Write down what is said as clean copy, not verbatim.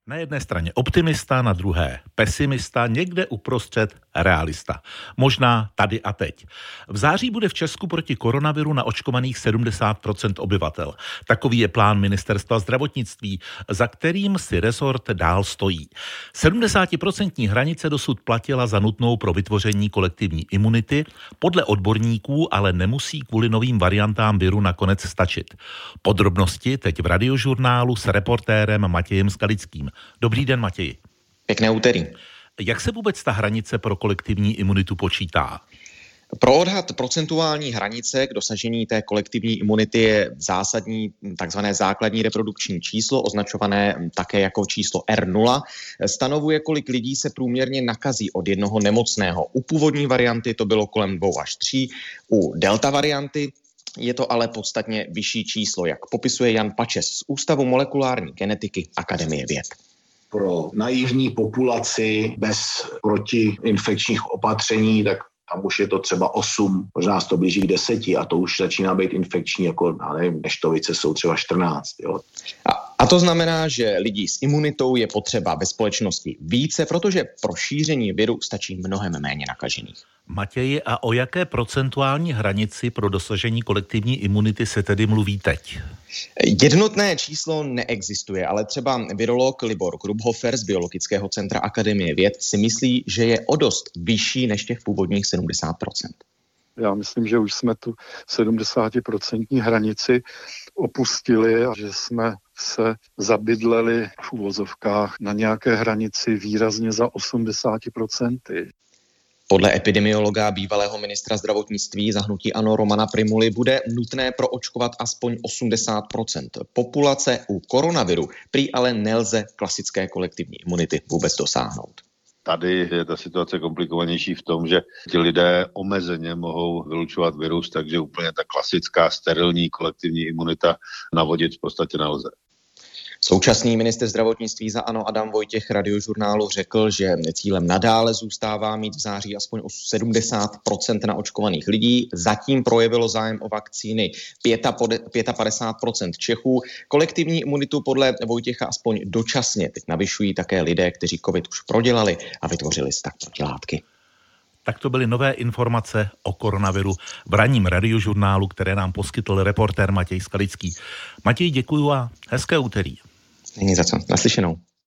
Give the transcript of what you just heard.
Na jedné straně optimista, na druhé pesimista, někde uprostřed realista. Možná tady a teď. V září bude v Česku proti koronaviru naočkovaných 70% obyvatel. Takový je plán ministerstva zdravotnictví, za kterým si resort dál stojí. 70% hranice dosud platila za nutnou pro vytvoření kolektivní imunity, podle odborníků ale nemusí kvůli novým variantám viru nakonec stačit. Podrobnosti teď v Radiožurnálu s reportérem Matějem Skalickým. Dobrý den, Matěji. Pěkné úterý. Jak se vůbec ta hranice pro kolektivní imunitu počítá? Pro odhad procentuální hranice k dosažení té kolektivní imunity je zásadní takzvané základní reprodukční číslo, označované také jako číslo R0. Stanovuje, kolik lidí se průměrně nakazí od jednoho nemocného. U původní varianty to bylo kolem 2 až 3, u delta varianty je to ale podstatně vyšší číslo, jak popisuje Jan Pačes z Ústavu molekulární genetiky Akademie věd. Pro naivní populaci bez protiinfekčních opatření, tak tam už je to třeba 8, možná to blíží k 10 a to už začíná být infekční, jako neštovice jsou třeba 14. Jo. A to znamená, že lidí s imunitou je potřeba ve společnosti více, protože pro šíření viru stačí mnohem méně nakažených. Matěji, a o jaké procentuální hranici pro dosažení kolektivní imunity se tedy mluví teď? Jednotné číslo neexistuje, ale třeba virolog Libor Grubhofer z Biologického centra Akademie věd si myslí, že je o dost vyšší než těch původních 70%. Já myslím, že už jsme tu 70% hranici opustili a že jsme se zabydleli v uvozovkách na nějaké hranici výrazně za 80%. Podle epidemiologa bývalého ministra zdravotnictví za hnutí ANO Romana Prymuly bude nutné proočkovat aspoň 80% populace. U koronaviru prý ale nelze klasické kolektivní imunity vůbec dosáhnout. Tady je ta situace komplikovanější v tom, že ti lidé omezeně mohou vylučovat virus, takže úplně ta klasická sterilní kolektivní imunita navodit v podstatě nelze. Současný ministr zdravotnictví za ANO Adam Vojtěch Radiožurnálu řekl, že cílem nadále zůstává mít v září aspoň 70% naočkovaných lidí. Zatím projevilo zájem o vakcíny 55% Čechů. Kolektivní imunitu podle Vojtěcha aspoň dočasně teď navyšují také lidé, kteří covid už prodělali a vytvořili si tak protilátky. Tak to byly nové informace o koronaviru v ranním Radiožurnálu, které nám poskytl reportér Matěj Skalický. Matěj, děkuju a hezké úterý. Není za co. Naslyšenou.